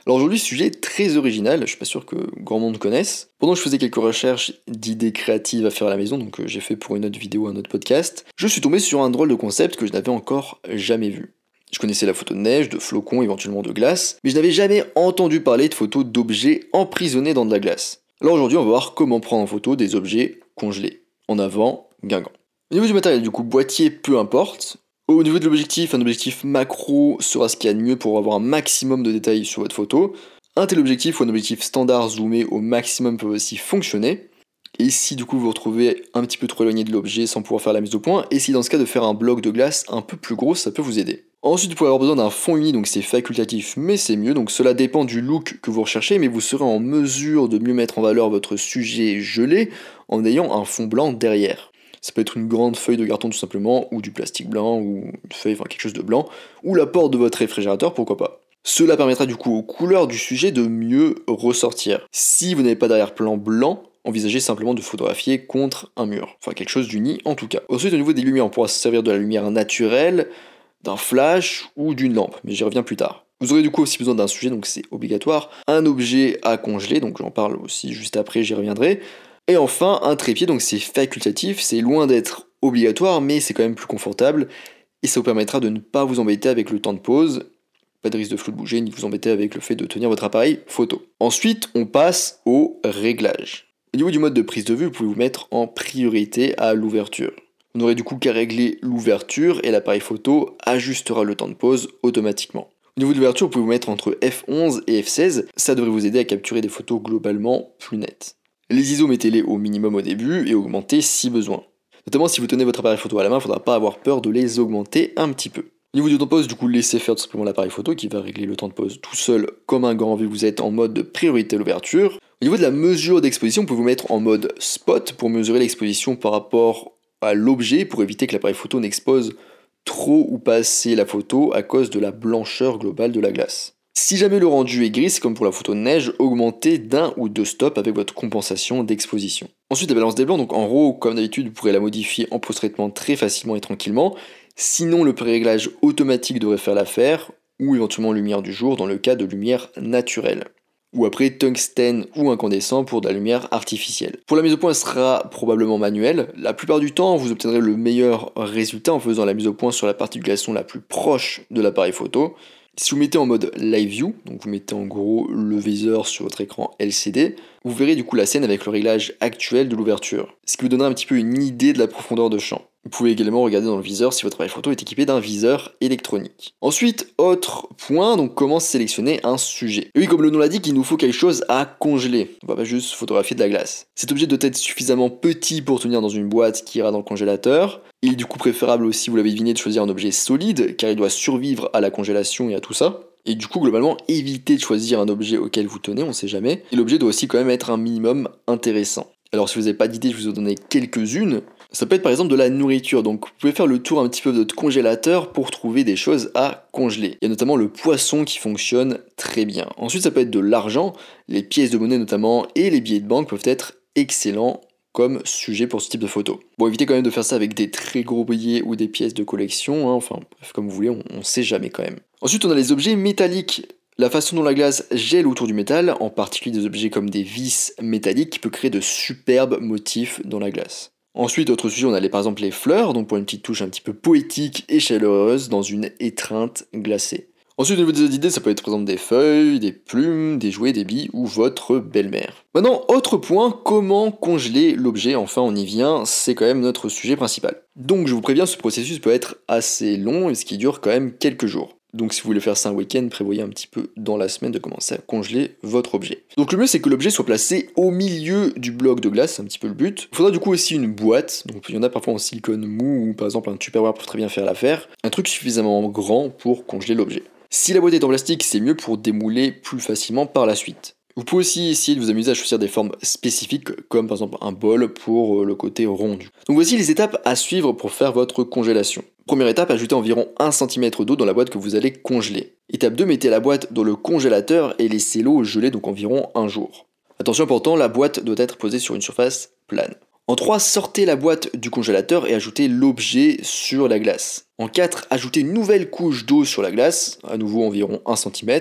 Alors aujourd'hui, sujet très original, je suis pas sûr que grand monde connaisse. Pendant que je faisais quelques recherches d'idées créatives à faire à la maison, donc j'ai fait pour une autre vidéo, un autre podcast, je suis tombé sur un drôle de concept que je n'avais encore jamais vu. Je connaissais la photo de neige, de flocons, éventuellement de glace, mais je n'avais jamais entendu parler de photos d'objets emprisonnés dans de la glace. Alors aujourd'hui, on va voir comment prendre en photo des objets congelés. En avant, Guingamp. Au niveau du matériel, du coup, boîtier, peu importe. Au niveau de l'objectif, un objectif macro sera ce qu'il y a de mieux pour avoir un maximum de détails sur votre photo. Un téléobjectif ou un objectif standard zoomé au maximum peut aussi fonctionner. Et si du coup vous vous retrouvez un petit peu trop éloigné de l'objet sans pouvoir faire la mise au point, essayez dans ce cas de faire un bloc de glace un peu plus gros, ça peut vous aider. Ensuite, vous pouvez avoir besoin d'un fond uni, donc c'est facultatif, mais c'est mieux. Donc cela dépend du look que vous recherchez, mais vous serez en mesure de mieux mettre en valeur votre sujet gelé en ayant un fond blanc derrière. Ça peut être une grande feuille de carton tout simplement, ou du plastique blanc, ou une feuille, enfin quelque chose de blanc, ou la porte de votre réfrigérateur, pourquoi pas. Cela permettra du coup aux couleurs du sujet de mieux ressortir. Si vous n'avez pas d'arrière-plan blanc, envisagez simplement de photographier contre un mur. Enfin quelque chose d'uni en tout cas. Ensuite au niveau des lumières, on pourra se servir de la lumière naturelle, d'un flash ou d'une lampe, mais j'y reviens plus tard. Vous aurez du coup aussi besoin d'un sujet, donc c'est obligatoire, un objet à congeler, donc j'en parle aussi juste après, j'y reviendrai. Et enfin, un trépied, donc c'est facultatif, c'est loin d'être obligatoire, mais c'est quand même plus confortable, et ça vous permettra de ne pas vous embêter avec le temps de pause, pas de risque de flou de bouger, ni de vous embêter avec le fait de tenir votre appareil photo. Ensuite, on passe au réglage. Au niveau du mode de prise de vue, vous pouvez vous mettre en priorité à l'ouverture. Vous n'aurez du coup qu'à régler l'ouverture, et l'appareil photo ajustera le temps de pause automatiquement. Au niveau de l'ouverture, vous pouvez vous mettre entre f11 et f16, ça devrait vous aider à capturer des photos globalement plus nettes. Les ISO, mettez-les au minimum au début et augmentez si besoin. Notamment si vous tenez votre appareil photo à la main, il ne faudra pas avoir peur de les augmenter un petit peu. Au niveau du temps de pause, du coup, laissez faire tout simplement l'appareil photo qui va régler le temps de pause tout seul comme un gant vu que vous êtes en mode de priorité à l'ouverture. Au niveau de la mesure d'exposition, vous pouvez vous mettre en mode spot pour mesurer l'exposition par rapport à l'objet pour éviter que l'appareil photo n'expose trop ou pas assez la photo à cause de la blancheur globale de la glace. Si jamais le rendu est gris, c'est comme pour la photo de neige, augmentez d'un ou deux stops avec votre compensation d'exposition. Ensuite, la balance des blancs, donc en RAW, comme d'habitude, vous pourrez la modifier en post-traitement très facilement et tranquillement. Sinon, le pré-réglage automatique devrait faire l'affaire, ou éventuellement lumière du jour dans le cas de lumière naturelle. Ou après tungstène ou incandescent pour de la lumière artificielle. Pour la mise au point, elle sera probablement manuelle. La plupart du temps, vous obtiendrez le meilleur résultat en faisant la mise au point sur la partie du glaçon la plus proche de l'appareil photo. Si vous mettez en mode Live View, donc vous mettez en gros le viseur sur votre écran LCD, vous verrez du coup la scène avec le réglage actuel de l'ouverture, ce qui vous donnera un petit peu une idée de la profondeur de champ. Vous pouvez également regarder dans le viseur si votre appareil photo est équipé d'un viseur électronique. Ensuite, autre point, donc comment sélectionner un sujet. Et oui, comme le nom l'indique, il nous faut quelque chose à congeler. On va pas juste photographier de la glace. Cet objet doit être suffisamment petit pour tenir dans une boîte qui ira dans le congélateur. Il est du coup préférable aussi, vous l'avez deviné, de choisir un objet solide, car il doit survivre à la congélation et à tout ça. Et du coup, globalement, évitez de choisir un objet auquel vous tenez, on sait jamais. Et l'objet doit aussi quand même être un minimum intéressant. Alors si vous n'avez pas d'idée, je vais vous en donner quelques-unes. Ça peut être par exemple de la nourriture, donc vous pouvez faire le tour un petit peu de votre congélateur pour trouver des choses à congeler. Il y a notamment le poisson qui fonctionne très bien. Ensuite ça peut être de l'argent, les pièces de monnaie notamment, et les billets de banque peuvent être excellents comme sujet pour ce type de photo. Bon, évitez quand même de faire ça avec des très gros billets ou des pièces de collection, hein. Enfin bref, comme vous voulez, on sait jamais quand même. Ensuite on a les objets métalliques. La façon dont la glace gèle autour du métal, en particulier des objets comme des vis métalliques, qui peut créer de superbes motifs dans la glace. Ensuite, autre sujet, on a par exemple les fleurs, donc pour une petite touche un petit peu poétique et chaleureuse dans une étreinte glacée. Ensuite, au niveau des autres idées, ça peut être par exemple des feuilles, des plumes, des jouets, des billes ou votre belle-mère. Maintenant, autre point, comment congeler l'objet? Enfin, on y vient, c'est quand même notre sujet principal. Donc, je vous préviens, ce processus peut être assez long et ce qui dure quand même quelques jours. Donc si vous voulez faire ça un week-end, prévoyez un petit peu dans la semaine de commencer à congeler votre objet. Donc le mieux c'est que l'objet soit placé au milieu du bloc de glace, c'est un petit peu le but. Il faudra du coup aussi une boîte, donc il y en a parfois en silicone mou ou par exemple un Tupperware peut très bien faire l'affaire. Un truc suffisamment grand pour congeler l'objet. Si la boîte est en plastique, c'est mieux pour démouler plus facilement par la suite. Vous pouvez aussi essayer de vous amuser à choisir des formes spécifiques, comme par exemple un bol pour le côté rond. Donc voici les étapes à suivre pour faire votre congélation. Première étape, ajoutez environ 1 cm d'eau dans la boîte que vous allez congeler. Étape 2, mettez la boîte dans le congélateur et laissez l'eau geler donc environ un jour. Attention important, la boîte doit être posée sur une surface plane. En 3, sortez la boîte du congélateur et ajoutez l'objet sur la glace. En 4, ajoutez une nouvelle couche d'eau sur la glace, à nouveau environ 1 cm.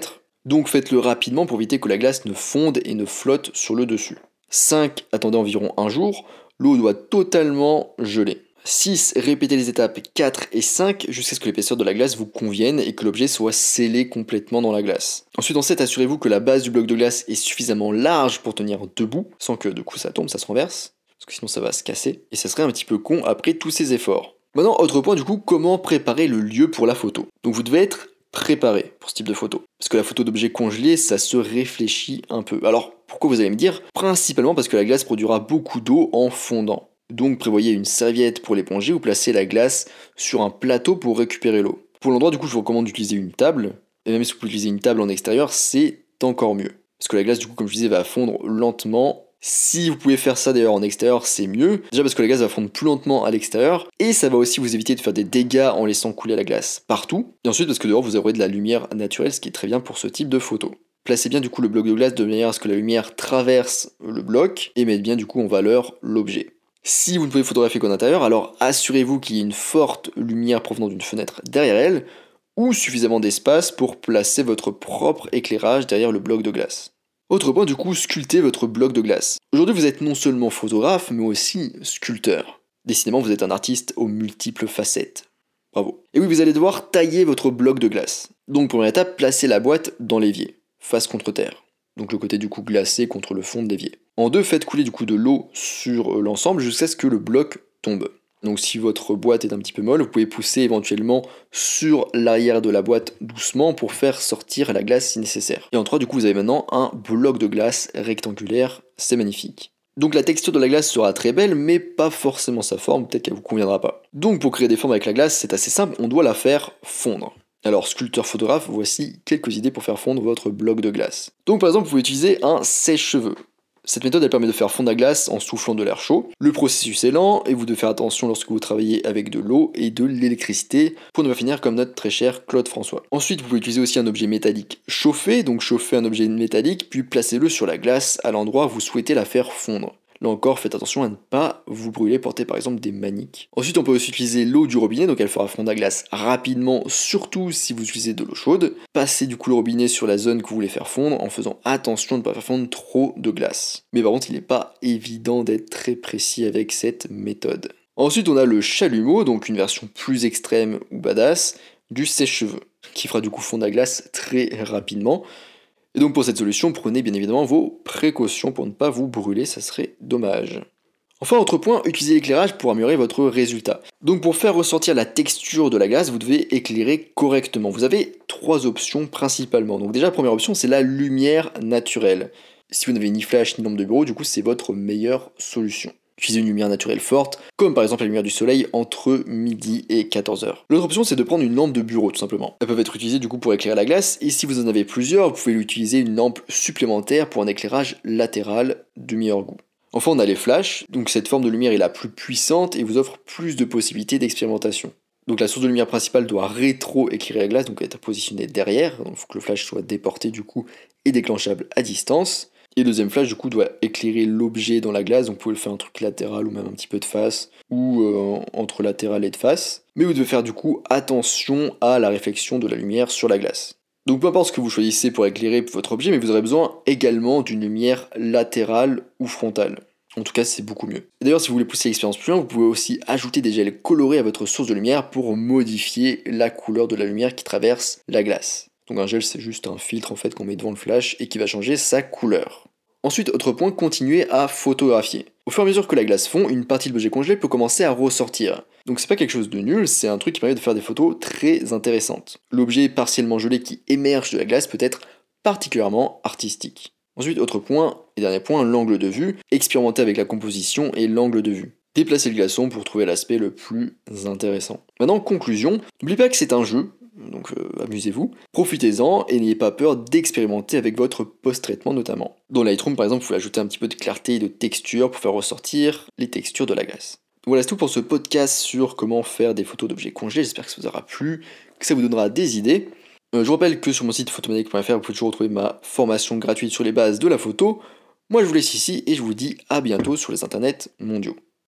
Donc faites-le rapidement pour éviter que la glace ne fonde et ne flotte sur le dessus. 5. Attendez environ un jour, l'eau doit totalement geler. 6. Répétez les étapes 4 et 5 jusqu'à ce que l'épaisseur de la glace vous convienne et que l'objet soit scellé complètement dans la glace. Ensuite en 7, assurez-vous que la base du bloc de glace est suffisamment large pour tenir debout, sans que du coup ça tombe, ça se renverse, parce que sinon ça va se casser, et ça serait un petit peu con après tous ces efforts. Maintenant, autre point du coup, comment préparer le lieu pour la photo. Donc vous devez être préparé pour ce type de photo. Parce que la photo d'objet congelé, ça se réfléchit un peu. Alors, pourquoi vous allez me dire? Principalement parce que la glace produira beaucoup d'eau en fondant. Donc prévoyez une serviette pour l'éponger ou placez la glace sur un plateau pour récupérer l'eau. Pour l'endroit, du coup, je vous recommande d'utiliser une table. Et même si vous pouvez utiliser une table en extérieur, c'est encore mieux. Parce que la glace, du coup, comme je disais, va fondre lentement. Si vous pouvez faire ça d'ailleurs en extérieur, c'est mieux. Déjà parce que la glace va fondre plus lentement à l'extérieur. Et ça va aussi vous éviter de faire des dégâts en laissant couler la glace partout. Et ensuite parce que dehors vous aurez de la lumière naturelle, ce qui est très bien pour ce type de photo. Placez bien du coup le bloc de glace de manière à ce que la lumière traverse le bloc et mette bien du coup en valeur l'objet. Si vous ne pouvez photographier qu'en intérieur, alors assurez-vous qu'il y ait une forte lumière provenant d'une fenêtre derrière elle, ou suffisamment d'espace pour placer votre propre éclairage derrière le bloc de glace. Autre point du coup, sculptez votre bloc de glace. Aujourd'hui vous êtes non seulement photographe, mais aussi sculpteur. Décidément vous êtes un artiste aux multiples facettes. Bravo. Et oui, vous allez devoir tailler votre bloc de glace. Donc première étape, placez la boîte dans l'évier, face contre terre. Donc le côté du coup glacé contre le fond de l'évier. En 2, faites couler du coup de l'eau sur l'ensemble jusqu'à ce que le bloc tombe. Donc si votre boîte est un petit peu molle, vous pouvez pousser éventuellement sur l'arrière de la boîte doucement pour faire sortir la glace si nécessaire. Et en 3, du coup vous avez maintenant un bloc de glace rectangulaire, c'est magnifique. Donc la texture de la glace sera très belle, mais pas forcément sa forme, peut-être qu'elle vous conviendra pas. Donc pour créer des formes avec la glace, c'est assez simple, on doit la faire fondre. Alors sculpteur photographe, voici quelques idées pour faire fondre votre bloc de glace. Donc par exemple, vous pouvez utiliser un sèche-cheveux. Cette méthode elle permet de faire fondre la glace en soufflant de l'air chaud. Le processus est lent et vous devez faire attention lorsque vous travaillez avec de l'eau et de l'électricité pour ne pas finir comme notre très cher Claude François. Ensuite vous pouvez utiliser aussi un objet métallique chauffé, donc chauffez un objet métallique puis placez-le sur la glace à l'endroit où vous souhaitez la faire fondre. Là encore, faites attention à ne pas vous brûler, portez par exemple des maniques. Ensuite, on peut aussi utiliser l'eau du robinet, donc elle fera fondre la glace rapidement, surtout si vous utilisez de l'eau chaude. Passez du coup le robinet sur la zone que vous voulez faire fondre en faisant attention de ne pas faire fondre trop de glace. Mais par contre, il n'est pas évident d'être très précis avec cette méthode. Ensuite, on a le chalumeau, donc une version plus extrême ou badass du sèche-cheveux, qui fera du coup fondre la glace très rapidement. Et donc pour cette solution, prenez bien évidemment vos précautions pour ne pas vous brûler, ça serait dommage. Enfin, autre point, utilisez l'éclairage pour améliorer votre résultat. Donc pour faire ressortir la texture de la glace, vous devez éclairer correctement. Vous avez 3 options principalement. Donc déjà, la première option, c'est la lumière naturelle. Si vous n'avez ni flash ni lampe de bureau, du coup, c'est votre meilleure solution. Utilisez une lumière naturelle forte, comme par exemple la lumière du soleil entre midi et 14h. L'autre option, c'est de prendre une lampe de bureau, tout simplement. Elles peuvent être utilisées du coup pour éclairer la glace, et si vous en avez plusieurs, vous pouvez utiliser une lampe supplémentaire pour un éclairage latéral de meilleur goût. Enfin, on a les flashs, donc cette forme de lumière est la plus puissante et vous offre plus de possibilités d'expérimentation. Donc la source de lumière principale doit rétro-éclairer la glace, donc être positionnée derrière, donc il faut que le flash soit déporté du coup et déclenchable à distance. Et le deuxième flash du coup doit éclairer l'objet dans la glace, donc vous pouvez le faire un truc latéral ou même un petit peu de face, ou entre latéral et de face. Mais vous devez faire du coup attention à la réflexion de la lumière sur la glace. Donc peu importe ce que vous choisissez pour éclairer votre objet, mais vous aurez besoin également d'une lumière latérale ou frontale. En tout cas, c'est beaucoup mieux. Et d'ailleurs, si vous voulez pousser l'expérience plus loin, vous pouvez aussi ajouter des gels colorés à votre source de lumière pour modifier la couleur de la lumière qui traverse la glace. Donc un gel, c'est juste un filtre en fait qu'on met devant le flash et qui va changer sa couleur. Ensuite, autre point, continuez à photographier. Au fur et à mesure que la glace fond, une partie de l'objet congelé peut commencer à ressortir. Donc c'est pas quelque chose de nul, c'est un truc qui permet de faire des photos très intéressantes. L'objet partiellement gelé qui émerge de la glace peut être particulièrement artistique. Ensuite, autre point, et dernier point, l'angle de vue. Expérimentez avec la composition et l'angle de vue. Déplacez le glaçon pour trouver l'aspect le plus intéressant. Maintenant, conclusion, n'oubliez pas que c'est un jeu, donc amusez-vous, profitez-en et n'ayez pas peur d'expérimenter avec votre post-traitement notamment. Dans Lightroom par exemple, vous pouvez ajouter un petit peu de clarté et de texture pour faire ressortir les textures de la glace. Voilà, c'est tout pour ce podcast sur comment faire des photos d'objets congelés, j'espère que ça vous aura plu, que ça vous donnera des idées. Je vous rappelle que sur mon site photomaniac.fr, vous pouvez toujours retrouver ma formation gratuite sur les bases de la photo. Moi je vous laisse ici et je vous dis à bientôt sur les internets mondiaux.